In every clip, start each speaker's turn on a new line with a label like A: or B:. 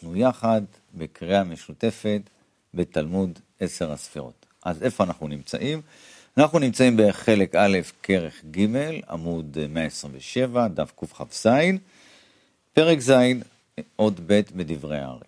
A: אנחנו יחד בקריאה משותפת בתלמוד 10 הספירות. אז איפה אנחנו נמצאים? אנחנו נמצאים בחלק א', כרך ג', עמוד 127, דף קכ"ז, פרק ז', עוד ב' בדברי הארי.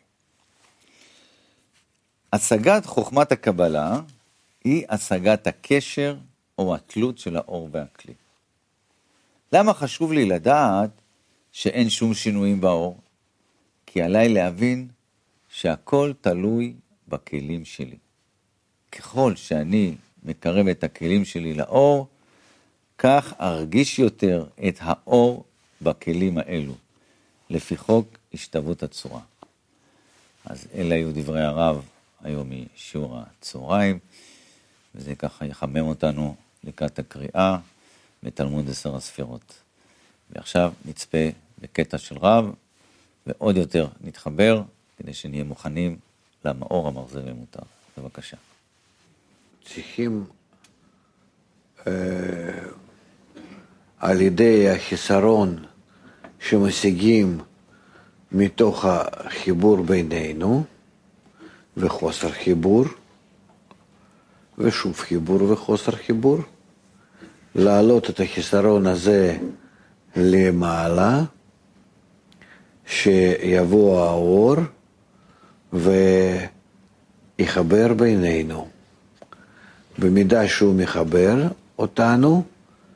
A: השגת חוכמת הקבלה היא השגת הקשר או התלות של האור והכלי. למה חשוב לי לדעת שאין שום שינויים באור? כי עליי להבין שהכל תלוי בכלים שלי. ככל שאני מקרב את הכלים שלי לאור, כך ארגיש יותר את האור בכלים האלו, לפי חוק השתוות הצורה. אז אלה היו דברי הרב היום משיעור הצהריים, וזה ככה יחמם אותנו לקראת הקריאה בתלמוד 10 הספירות. ועכשיו נצפה בקטע של רב, ועוד יותר נתחבר, כדי שנהיה מוכנים למאור המרזה ומותר. בבקשה.
B: צריכים על ידי החיסרון שמשיגים מתוך החיבור בינינו, וחוסר חיבור, ושוב חיבור וחוסר חיבור, להעלות את החיסרון הזה למעלה, שיבוא האור ויחבר בינינו. במידה שהוא מחבר אותנו,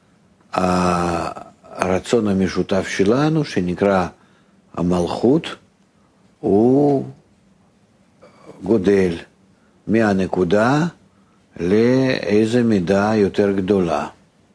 B: הרצון המשותף שלנו, שנקרא המלכות, הוא גודל מהנקודה לאיזה מידה יותר גדולה.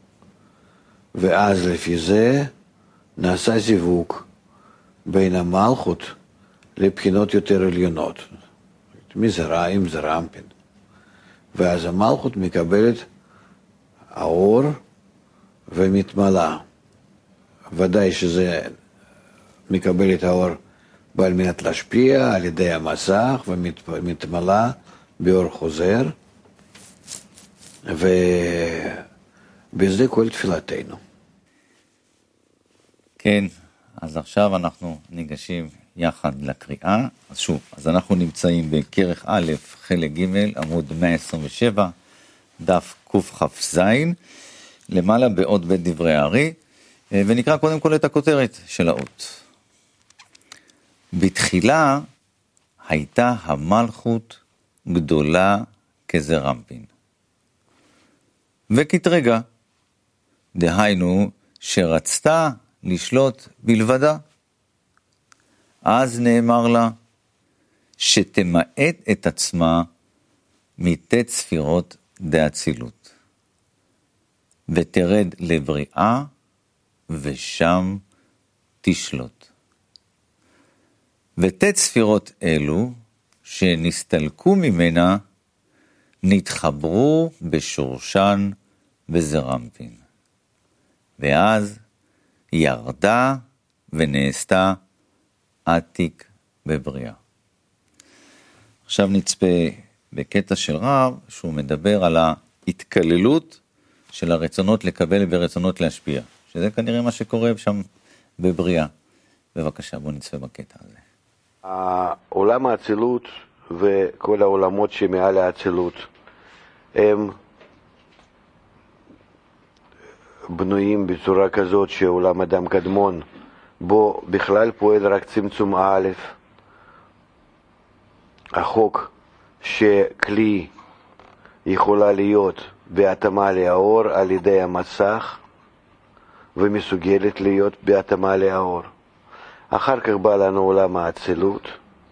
B: ואז לפי זה נעשה זיווג בין המלכות לבחינות יותר עליונות. מזרעים, זרעמפין. ואז המלכות מקבלת האור ומתמלאה. ודאי שזה מקבל את האור בעל מנת להשפיע על ידי המסך ומתמלאה באור חוזר. ובזה כל תפילתנו.
A: כן, אז עכשיו אנחנו ניגשים יחד לקריאה. אז שוב, אז אנחנו נמצאים בכרך א', חלק ג', עמוד 127, דף קכ"ז, למעלה בעוד בית דברי הארי, ונקרא קודם כל את הכותרת של האות. בתחילה הייתה המלכות גדולה כזרמפין, וכתרגע, דהיינו שרצתה לשלוט בלבדה. אז נאמר לה שתמעט את עצמה מתת ספירות דאצילות, ותרד לבריאה ושם תשלוט. ותת ספירות אלו שנסתלקו ממנה נתחברו בשורשן בזרמפין, ואז ירדה ונעשתה עתיק בבריאה. עכשיו נצפה בקטע של רב שהוא מדבר על ההתקללות של הרצונות לקבל ורצונות להשפיע, שזה כנראה מה שקורה שם בבריאה. בבקשה, בוא נצפה בקטע הזה.
B: העולם האצילות וכל העולמות שמעל האצילות הם בנויים בצורה כזאת שעולם אדם קדמון בו בכלל פועל רק צמצום א', החוק שכלי יכולה להיות בהתאמה לאור על ידי המסך ומסוגלת להיות בהתאמה לאור. אחר כך בא לנו עולם האצילות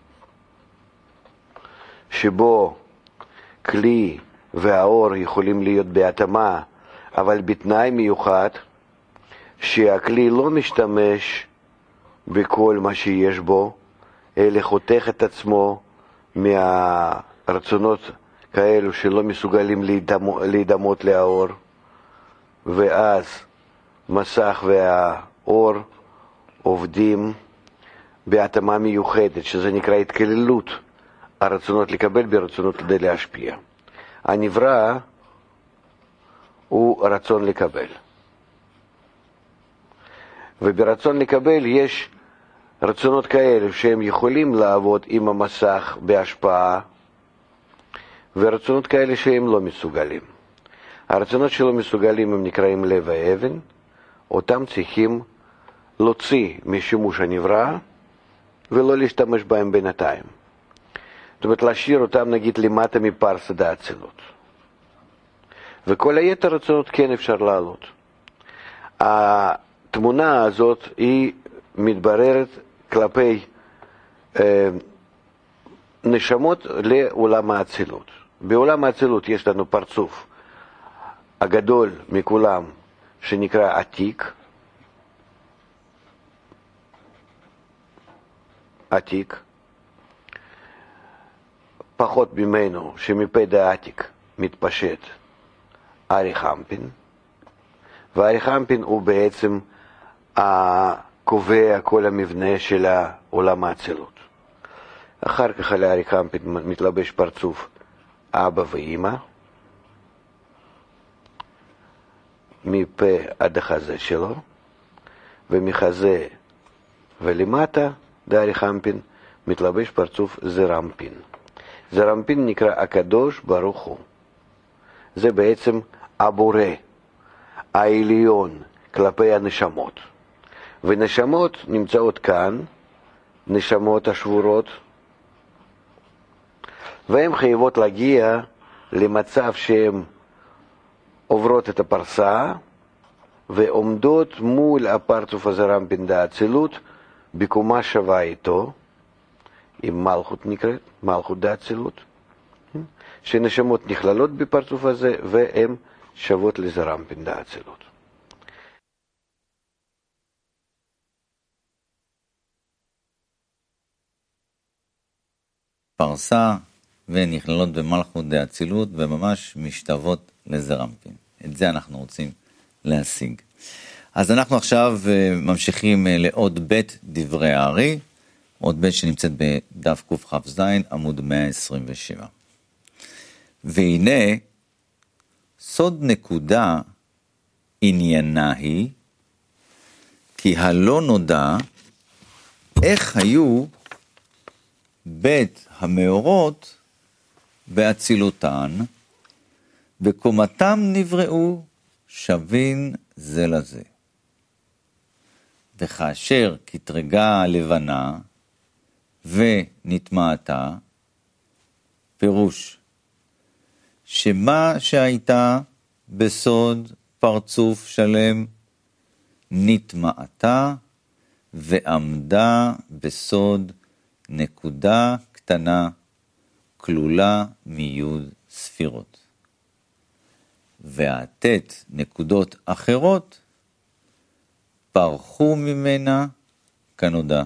B: שבו כלי והאור יכולים להיות בהתאמה, אבל בתנאי מיוחד שהכלי לא משתמש בכל מה שיש בו, אלא חותך את עצמו מהרצונות כאלו שלא מסוגלים להידמות לאור, ואז מסך והאור עובדים בהתאמה מיוחדת, שזה נקרא התקללות, הרצונות לקבל ברצונות כדי להשפיע. הנברא הוא רצון לקבל. וברצון לקבל יש רצונות כאלה שהם יכולים לעבוד עם המסך בהשפעה, ורצונות כאלה שהם לא מסוגלים. הרצונות שלא מסוגלים הם נקראים לב האבן, אותם צריכים להוציא משימוש הנברא ולא להשתמש בהם בינתיים. זאת אומרת, להשאיר אותם נגיד למטה מפרסה דאצילות. וכל היתר רצונות כן אפשר לעלות. התמונה הזאת היא מתבררת כלפי נשמות לעולם האצילות. בעולם האצילות יש לנו פרצוף הגדול מכולם שנקרא עתיק. עתיק. פחות ממנו שמפה דעתיק מתפשט ארי חמפין. וארי חמפין הוא בעצם קובע כל המבנה של העולם האצילות. אחר כך על ארי חמפין מתלבש פרצוף אבא ואמא, מפה עד החזה שלו, ומחזה ולמטה דארי חמפין מתלבש פרצוף זרמפין. זרמפין נקרא הקדוש ברוך הוא. זה בעצם הבורא, העליון כלפי הנשמות. ונשמות נמצאות כאן, נשמות השבורות, והן חייבות להגיע למצב שהן עוברות את הפרסה ועומדות מול הפרצוף הזרמפין דאצילות בקומה שווה איתו, עם מלכות נקראת, מלכות דאצילות, שנשמות נכללות בפרצוף הזה והן שוות לזרמפין דאצילות.
A: פרסה ונכללות במלכות דאצילות וממש משתוות לזרמפין. את זה אנחנו רוצים להשיג. אז אנחנו עכשיו ממשיכים לעוד בית דברי הארי, עוד בית שנמצאת בדף קכ"ז עמוד 127. והנה סוד נקודה עניינה היא כי הלא נודע איך היו בית המאורות באצילותן וקומתם נבראו שווין זה לזה. וכאשר כתרגה הלבנה ונטמעתה, פירוש שמה שהייתה בסוד פרצוף שלם נטמעתה ועמדה בסוד נקודה קטנה כלולה מיוד ספירות. והתת נקודות אחרות פרחו ממנה כנודע,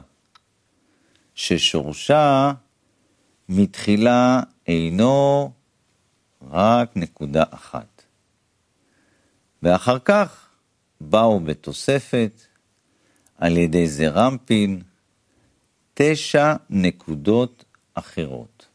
A: ששורשה מתחילה אינו רק נקודה אחת. ואחר כך באו בתוספת על ידי זרמפין 9 נקודות אחרות.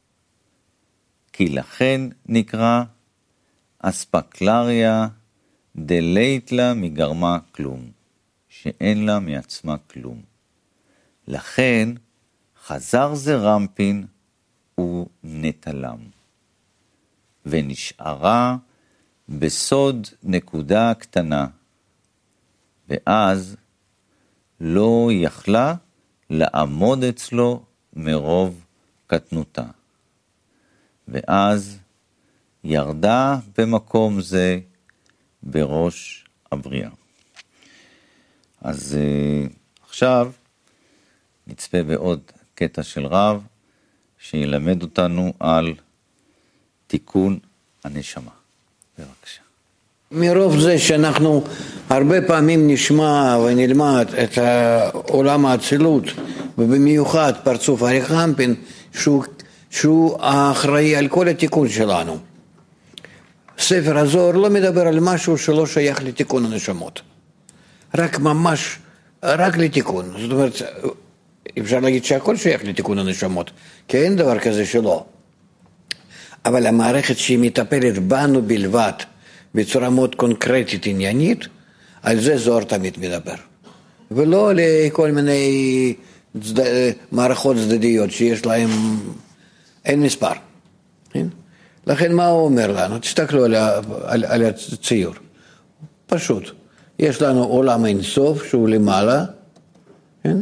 A: כי לכן נקרא אספקלריה דלית לה מגרמה כלום, שאין לה מעצמה כלום. לכן חזר זרמפין ונטלם, ונשארה בסוד נקודה קטנה, ואז לא יכלה לעמוד אצלו מרוב קטנותה. ואז ירדה במקום זה בראש הבריאה. אז עכשיו נצפה בעוד קטע של רב שילמד אותנו על תיקון הנשמה. בבקשה.
C: מרוב זה שאנחנו הרבה פעמים נשמע ונלמד את עולם האצילות, ובמיוחד פרצוף ארי חמפין, שהוא האחראי על כל התיקון שלנו. ספר הזוהר לא מדבר על משהו שלא שייך לתיקון הנשמות. רק ממש, רק לתיקון. זאת אומרת, אפשר להגיד שהכל שייך לתיקון הנשמות, כי אין דבר כזה שלא. אבל המערכת שהיא מטפלת בנו בלבד, בצורה מאוד קונקרטית עניינית, על זה זוהר תמיד מדבר. ולא לכל מיני מערכות צדדיות שיש להם אין מספר. כן? לכן מה הוא אומר לנו? תסתכלו על הציור. פשוט. יש לנו עולם אינסוף שהוא למעלה. כן?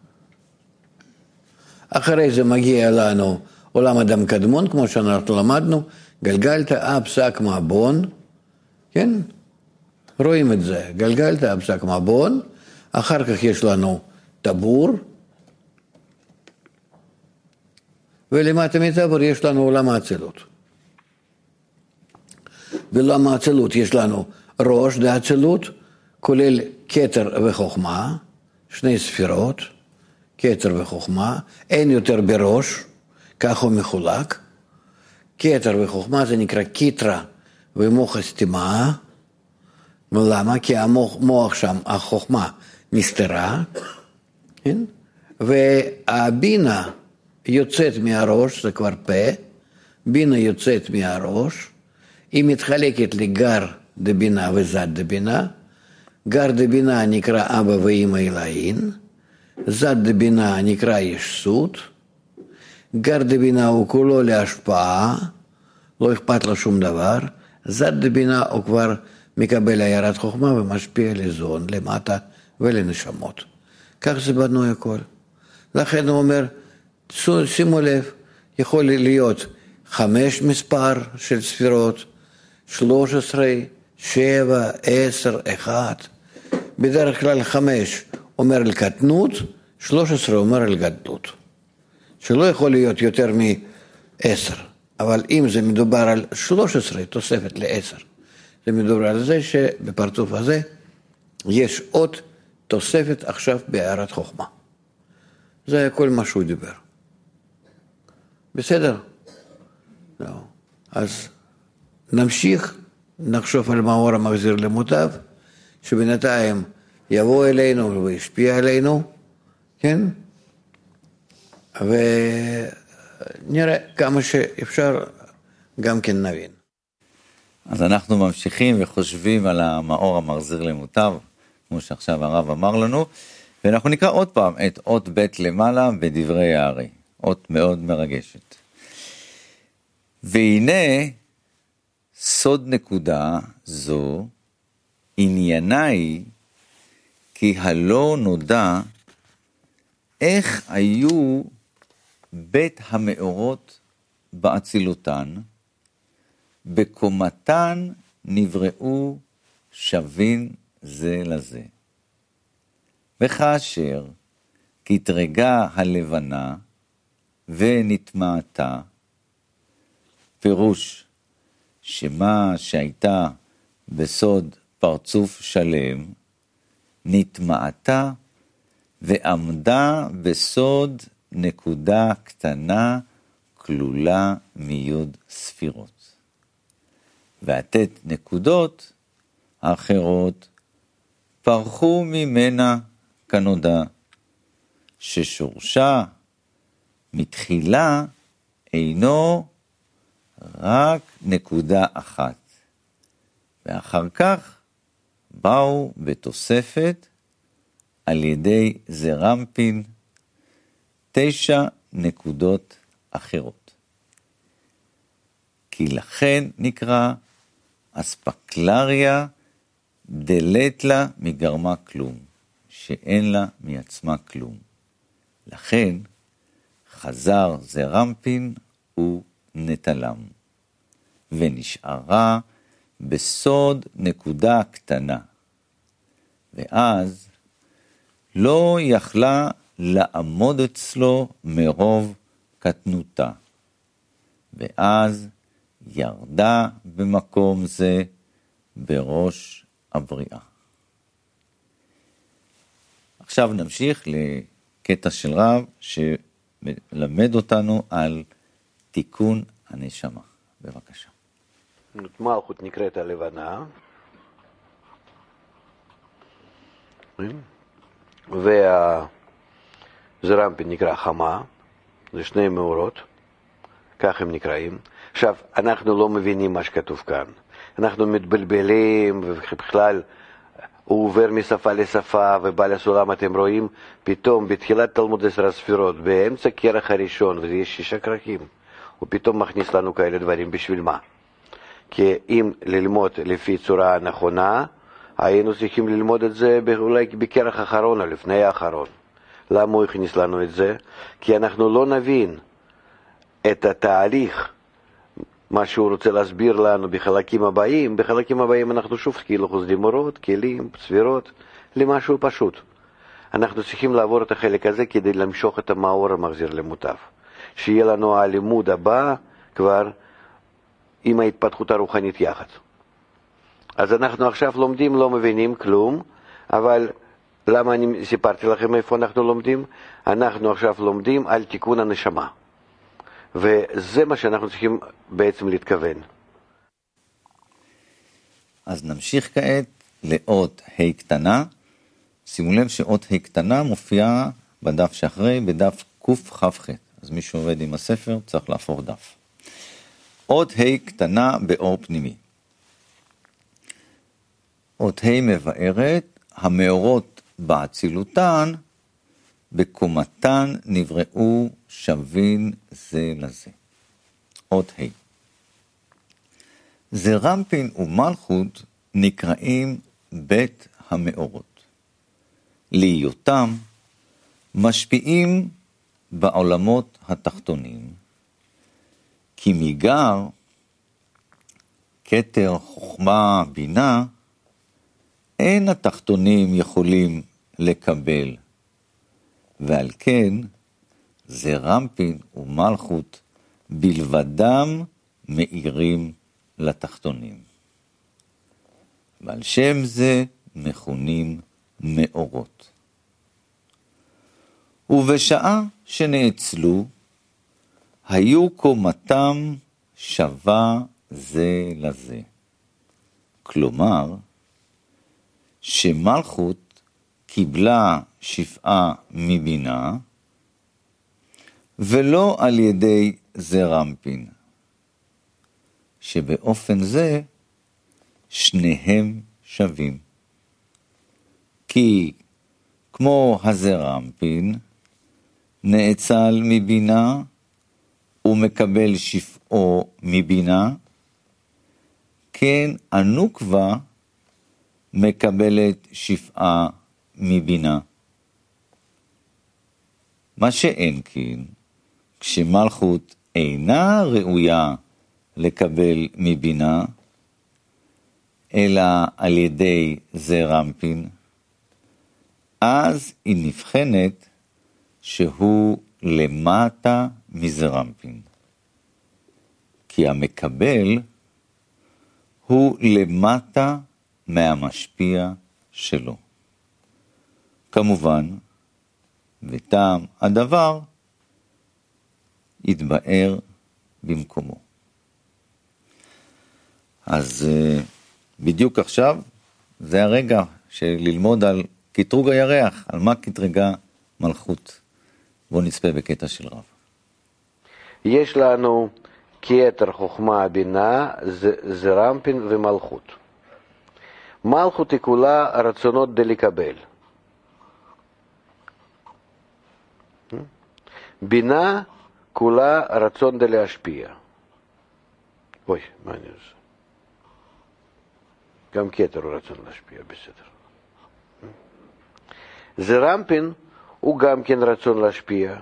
C: אחרי זה מגיע לנו עולם אדם קדמון, כמו שאנחנו למדנו, גלגלת פסק מבון, כן? רואים את זה, גלגלת פסק מבון, אחר כך יש לנו טבור, ולמטה מטבור יש לנו עולם האצילות. בעולם האצילות יש לנו ראש דאצילות, כולל כתר וחוכמה, שני ספירות, כתר וחוכמה, אין יותר בראש, כך הוא מחולק. כתר וחוכמה זה נקרא קיטרה ומוח הסתימה. למה? כי המוח שם, החוכמה נסתרה, כן? והבינה יוצאת מהראש, זה כבר פה, בינה יוצאת מהראש, היא מתחלקת לגר דבינה וזד דבינה, גר דבינה נקרא אבא ואמא אלוהים, זד דבינה נקרא ישות, גר דבינה הוא כולו להשפעה, לא אכפת לו שום דבר, זד דבינה הוא כבר מקבל הערת חוכמה ומשפיע לזון, למטה ולנשמות. כך זה בנוי הכל. לכן הוא אומר, שימו לב, יכול להיות 5 מספר של ספירות, 13, 7, 10, 1. בדרך כלל 5 אומר על קטנות, 13 אומר על גדלות. שלא יכול להיות יותר מ-10. אבל אם זה מדובר על 13, תוספת ל-10. זה מדובר על זה שבפרצוף הזה יש עוד תוספת עכשיו בהערת חוכמה. זה היה כל מה שהוא דיבר. בסדר? לא. אז נמשיך, נחשוב על מאור המחזיר למוטב, שבינתיים יבוא אלינו וישפיע עלינו, כן? ונראה כמה שאפשר גם כן נבין.
A: אז אנחנו ממשיכים וחושבים על המאור המחזיר למוטב, כמו שעכשיו הרב אמר לנו, ואנחנו נקרא עוד פעם את אות ב' למעלה בדברי הארי, אות מאוד מרגשת. והנה סוד נקודה זו, עניינה היא כי הלא נודע איך היו בית המאורות באצילותן, בקומתן נבראו שווים זה לזה. וכאשר כתרגה הלבנה ונטמעתה, פירוש שמה שהייתה בסוד פרצוף שלם, נטמעתה ועמדה בסוד נקודה קטנה כלולה מיוד ספירות. והתת נקודות האחרות פרחו ממנה כנודע, ששורשה מתחילה אינו רק נקודה אחת, ואחר כך באו בתוספת על ידי זרמפין 9 נקודות אחרות. כי לכן נקרא אספקלריה דלתלה מגרמה כלום, שאין לה מעצמה כלום. לכן חזר זרמפין ונטלם, ונשארה בסוד נקודה קטנה, ואז לא יכלה לעמוד אצלו מרוב קטנותה, ואז ירדה במקום זה בראש הבריאה. עכשיו נמשיך לקטע של רב שמלמד אותנו על תיקון הנשמה. בבקשה.
B: מלכות נקראת הלבנה, והזרמפין נקרא חמה, זה שני מאורות, כך הם נקראים. עכשיו, אנחנו לא מבינים מה שכתוב כאן. אנחנו מתבלבלים, ובכלל הוא עובר משפה לשפה ובא לסולם, אתם רואים, פתאום בתחילת תלמוד 10 הספירות, באמצע כרך הראשון, ויש 6 כרכים, הוא פתאום מכניס לנו כאלה דברים. בשביל מה? כי אם ללמוד לפי צורה נכונה, היינו צריכים ללמוד את זה אולי בכרך האחרון או לפני האחרון. למה הוא הכניס לנו את זה? כי אנחנו לא נבין את התהליך, מה שהוא רוצה להסביר לנו בחלקים הבאים. בחלקים הבאים אנחנו שוב כאילו חוזרים אורות, כלים, ספירות, למשהו פשוט. אנחנו צריכים לעבור את החלק הזה כדי למשוך את המאור המחזיר למוטב. שיהיה לנו הלימוד הבא כבר עם ההתפתחות הרוחנית יחד. אז אנחנו עכשיו לומדים, לא מבינים כלום, אבל למה אני סיפרתי לכם איפה אנחנו לומדים? אנחנו עכשיו לומדים על תיקון הנשמה. וזה מה שאנחנו צריכים בעצם להתכוון.
A: אז נמשיך כעת לאות ה' קטנה. שימו לב שאות ה' קטנה מופיעה בדף שאחרי, בדף קכ"ח. אז מי שעובד עם הספר צריך להפוך דף. אות ה' קטנה באור פנימי. אות ה' מבארת, המאורות באצילותן, בקומתן נבראו שווין זה לזה. אות ה'. זרמפין ומלכות נקראים בית המאורות. להיותם משפיעים בעולמות התחתונים, כי מגר, כתר, חוכמה, בינה, אין התחתונים יכולים לקבל, ועל כן זרמפין ומלכות בלבדם מאירים לתחתונים. ועל שם זה מכונים מאורות. ובשעה שנאצלו, היו קומתם שווה זה לזה. כלומר, שמלכות קיבלה שפעה מבינה, ולא על ידי זרמפין, שבאופן זה שניהם שווים. כי כמו הזרמפין נאצל מבינה ומקבל שפעו מבינה, כן הנוקבה מקבלת שפעה מבינה. מה שאין כן, כשמלכות אינה ראויה לקבל מבינה, אלא על ידי זרמפין, אז היא נבחנת שהוא למטה מזרמפין. כי המקבל הוא למטה מהמשפיע שלו. כמובן, וטעם הדבר יתבאר במקומו. אז בדיוק עכשיו זה הרגע של ללמוד על קטרוג הירח, על מה קטרגה מלכות. בואו נצפה בקטע של רב.
B: יש לנו כתר, חוכמה, בינה, זרמפין ומלכות. מלכות היא כולה רצונות דלקבל. בינה כולה רצון דלהשפיע. אוי, מה אני עושה? גם כתר הוא רצון להשפיע, בסדר. זרמפין הוא גם כן רצון להשפיע.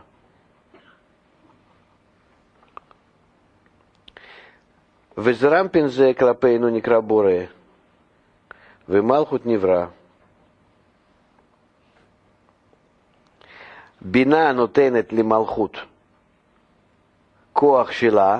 B: וזרמפין זה כלפינו נקרא בורא, ומלכות נברא. בינה נותנת למלכות כוח שלה,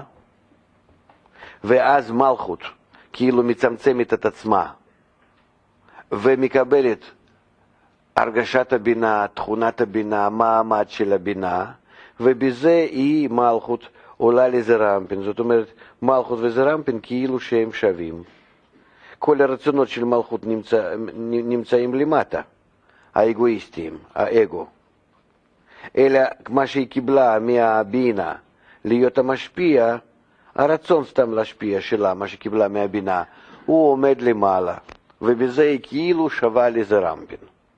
B: ואז מלכות כאילו מצמצמת את עצמה, ומקבלת הרגשת הבינה, תכונת הבינה, מעמד של הבינה, ובזה היא מלכות עולה לזרמפין. זאת אומרת, מלכות וזרמפין כאילו שהם שווים. כל הרצונות של מלכות נמצאים למטה, האגואיסטים, האגו. אלא מה שהיא קיבלה מהבינה להיות המשפיע, הרצון סתם להשפיע שלה, מה שקיבלה מהבינה, הוא עומד למעלה, ובזה היא כאילו שווה לזה רמפין.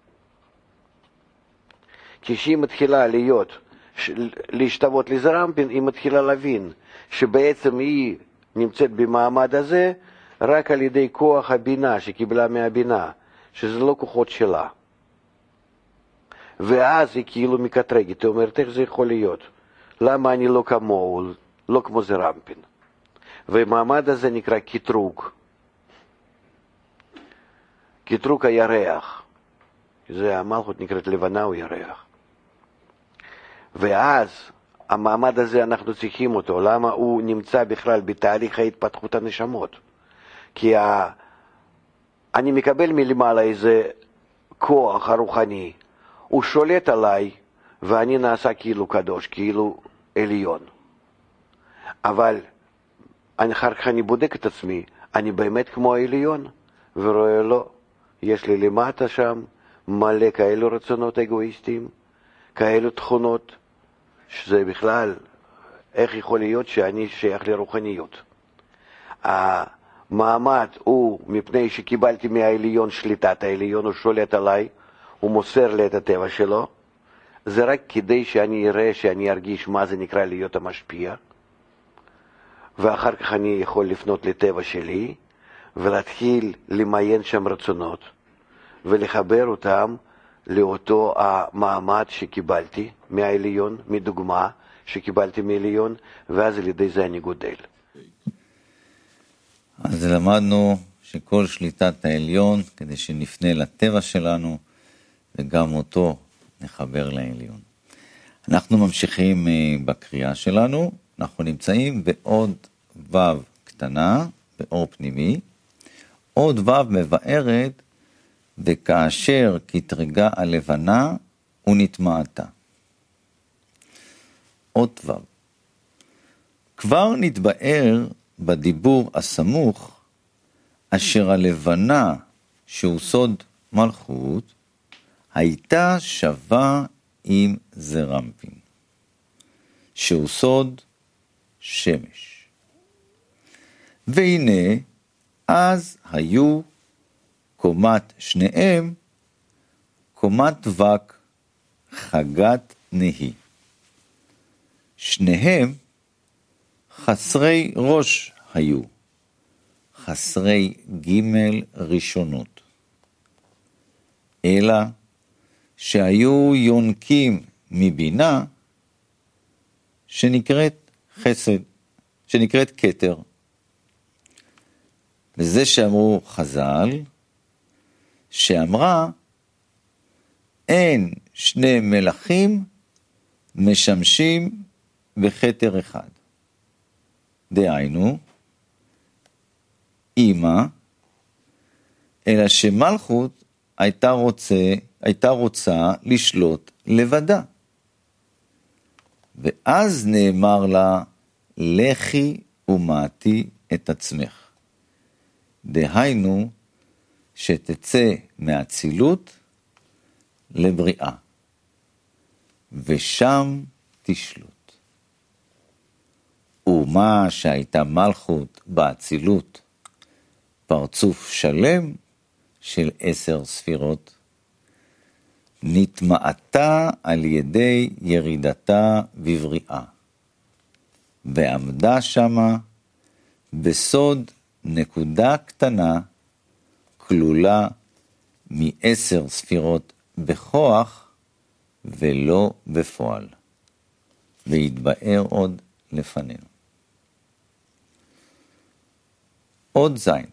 B: כשהיא מתחילה להשתוות לזה רמפין, היא מתחילה להבין שבעצם היא נמצאת במעמד הזה רק על ידי כוח הבינה שקיבלה מהבינה, שזה לא כוחות שלה. ואז היא כאילו מקטרגת, היא אומרת, איך זה יכול להיות? למה אני לא כמוהו, לא כמו זה רמפין? והמעמד הזה נקרא קטרוג. קטרוג הירח. זה המלכות נקראת לבנה או ירח. ואז המעמד הזה אנחנו צריכים אותו. למה הוא נמצא בכלל בתהליך ההתפתחות הנשמות? כי אני מקבל מלמעלה איזה כוח הרוחני. הוא שולט עליי ואני נעשה כאילו קדוש, כאילו עליון. אבל אחר כך אני בודק את עצמי, אני באמת כמו העליון? ורואה לא, יש לי למטה שם מלא כאלו רצונות אגואיסטיים, כאלו תכונות, שזה בכלל, איך יכול להיות שאני שייך לרוחניות? המעמד הוא מפני שקיבלתי מהעליון שליטת, העליון הוא שולט עליי, הוא מוסר לי את הטבע שלו, זה רק כדי שאני אראה, שאני ארגיש מה זה נקרא להיות המשפיע, ואחר כך אני יכול לפנות לטבע שלי, ולהתחיל למיין שם רצונות, ולחבר אותם לאותו המעמד שקיבלתי מהעליון, מדוגמה שקיבלתי מהעליון, ואז על ידי זה אני גודל.
A: אז למדנו שכל שליטת העליון, כדי שנפנה לטבע שלנו, וגם אותו נחבר לעליון. אנחנו ממשיכים בקריאה שלנו, אנחנו נמצאים בעוד ו' קטנה, באור פנימי, עוד ו' מבארת, וכאשר כתרגה הלבנה ונטמעתה. עוד ו'. כבר נתבאר בדיבור הסמוך, אשר הלבנה שהוא סוד מלכות, הייתה שווה עם זרמפין, שהוא סוד שמש. והנה, אז היו קומת שניהם, קומת וק, חגת נהי. שניהם חסרי ראש היו, חסרי ג' ראשונות. אלא שהיו יונקים מבינה שנקראת חסד, שנקראת כתר. וזה שאמרו חז"ל, שאמרה, אין שני מלכים משמשים בכתר אחד. דהיינו, אמא, אלא שמלכות הייתה רוצה לשלוט לבדה. ואז נאמר לה, לכי ומעטי את עצמך. דהיינו, שתצא מהצילות לבריאה, ושם תשלוט. ומה שהייתה מלכות באצילות, פרצוף שלם של 10 ספירות, נטמעתה על ידי ירידתה בבריאה, ועמדה שמה בסוד נקודה קטנה, כלולה מ10 ספירות בכוח ולא בפועל, והתבאר עוד לפנינו. עוד זין.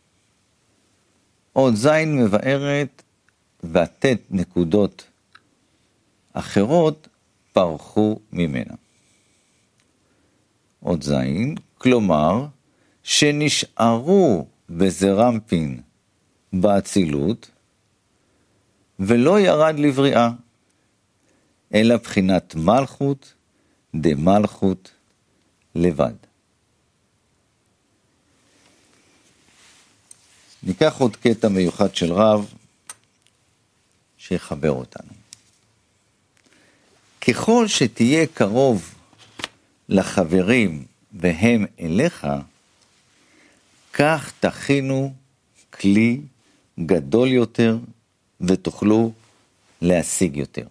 A: עוד זין מבארת והתת נקודות אחרות פרחו ממנה. עוד זין, כלומר, שנשארו בזרמפין באצילות, ולא ירד לבריאה, אלא בחינת מלכות, דמלכות לבד. ניקח עוד קטע מיוחד של רב, שיחבר אותנו. ככל שתהיה קרוב לחברים והם אליך, כך תכינו כלי גדול יותר ותוכלו להשיג יותר.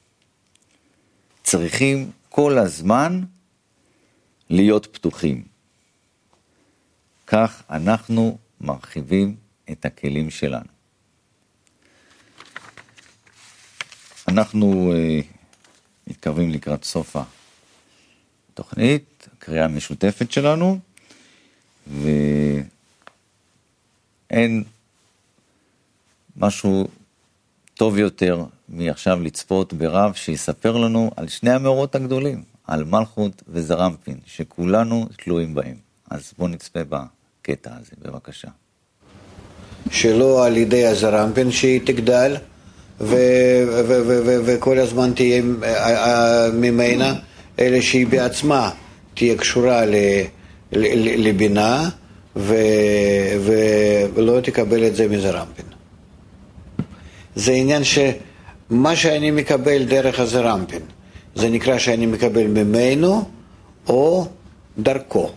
A: צריכים כל הזמן להיות פתוחים. כך אנחנו מרחיבים את הכלים שלנו. אנחנו מתקרבים לקראת סוף התוכנית, הקריאה המשותפת שלנו, ואין משהו טוב יותר מעכשיו לצפות ברב שיספר לנו על שני המאורות הגדולים, על מלכות וזרמפין, שכולנו תלויים בהם. אז בואו נצפה בקטע הזה, בבקשה.
C: שלא על ידי הזרמפין שהיא תגדל, וכל הזמן תהיה ממנה, אלא שהיא בעצמה תהיה קשורה לבינה, ולא תקבל את זה מזרמפין. זה עניין שמה שאני מקבל דרך הזרמפין, זה נקרא שאני מקבל ממנו או דרכו.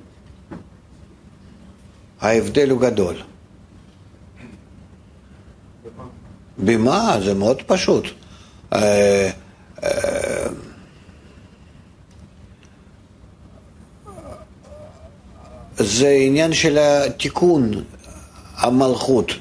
C: ההבדל הוא גדול. במה? זה מאוד פשוט. זה עניין של התיקון, המלכות.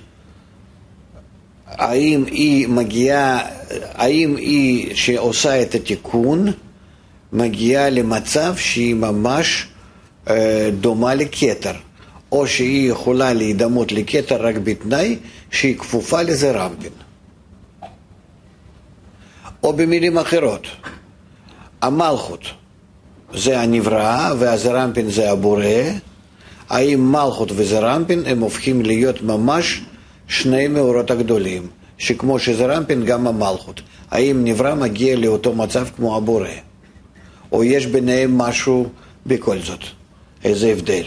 C: האם היא מגיעה, האם היא שעושה את התיקון, מגיעה למצב שהיא ממש דומה לכתר, או שהיא יכולה להידמות לכתר רק בתנאי שהיא כפופה לזרמפין. או במילים אחרות, המלכות זה הנברא והזרמפין זה הבורא. האם מלכות וזרמפין הם הופכים להיות ממש שני מאורות הגדולים, שכמו שזרמפין גם המלכות. האם נברא מגיע לאותו מצב כמו הבורא, או יש ביניהם משהו בכל זאת? איזה הבדל?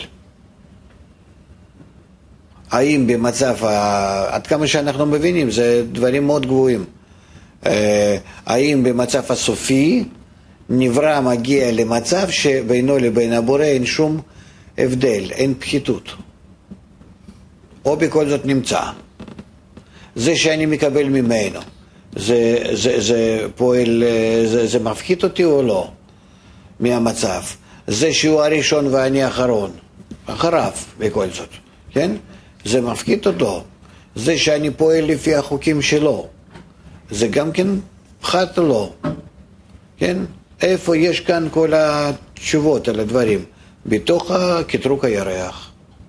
C: האם במצב, עד כמה שאנחנו מבינים, זה דברים מאוד גבוהים, האם במצב הסופי נברא מגיע למצב שבינו לבין הבורא אין שום הבדל, אין פחיתות, או בכל זאת נמצא? זה שאני מקבל ממנו, זה פועל, זה מפחית אותי או לא מהמצב? זה שהוא הראשון ואני האחרון, אחריו בכל זאת, כן? זה מפחית אותו. זה שאני פועל לפי החוקים שלו, זה גם כן פחת או לא? כן? איפה יש כאן כל התשובות על הדברים? בתוך קטרוג הירח.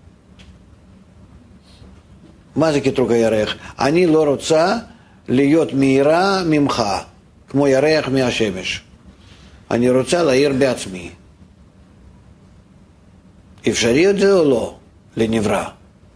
C: מה זה קטרוג הירח? אני לא רוצה להיות מהירה ממך, כמו ירח מהשמש. אני רוצה להאיר בעצמי. אפשרי את זה או לא? לנברא.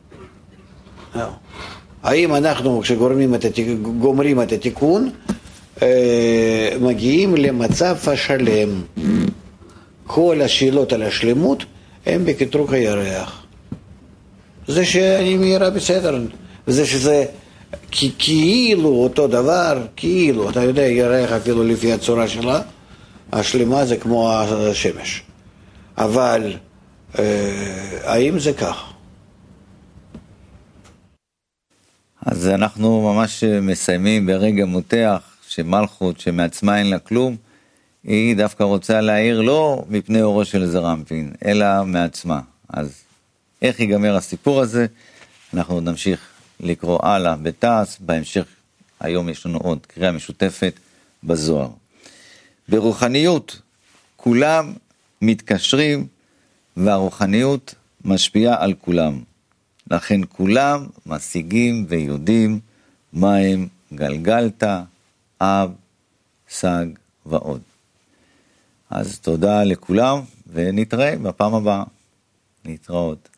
C: האם אנחנו, כשגומרים את התיקון, מגיעים למצב השלם? כל השאלות על השלמות הם בקטרוג הירח. זה שאני מהירה בסדר, זה שזה כאילו אותו דבר, כאילו, אתה יודע, ירח אפילו לפי הצורה שלה, השלמה זה כמו השמש. אבל האם זה כך?
A: אז אנחנו ממש מסיימים ברגע מותח שמלכות שמעצמה אין לה כלום, היא דווקא רוצה להעיר לא מפני אורו של זרמפין, אלא מעצמה. אז איך ייגמר הסיפור הזה? אנחנו נמשיך לקרוא הלאה בתעש, בהמשך היום יש לנו עוד קריאה משותפת בזוהר. ברוחניות כולם מתקשרים והרוחניות משפיעה על כולם. לכן כולם משיגים ויודעים מה הם גלגלתא, אב, סג ועוד. אז תודה לכולם ונתראה בפעם הבאה. להתראות.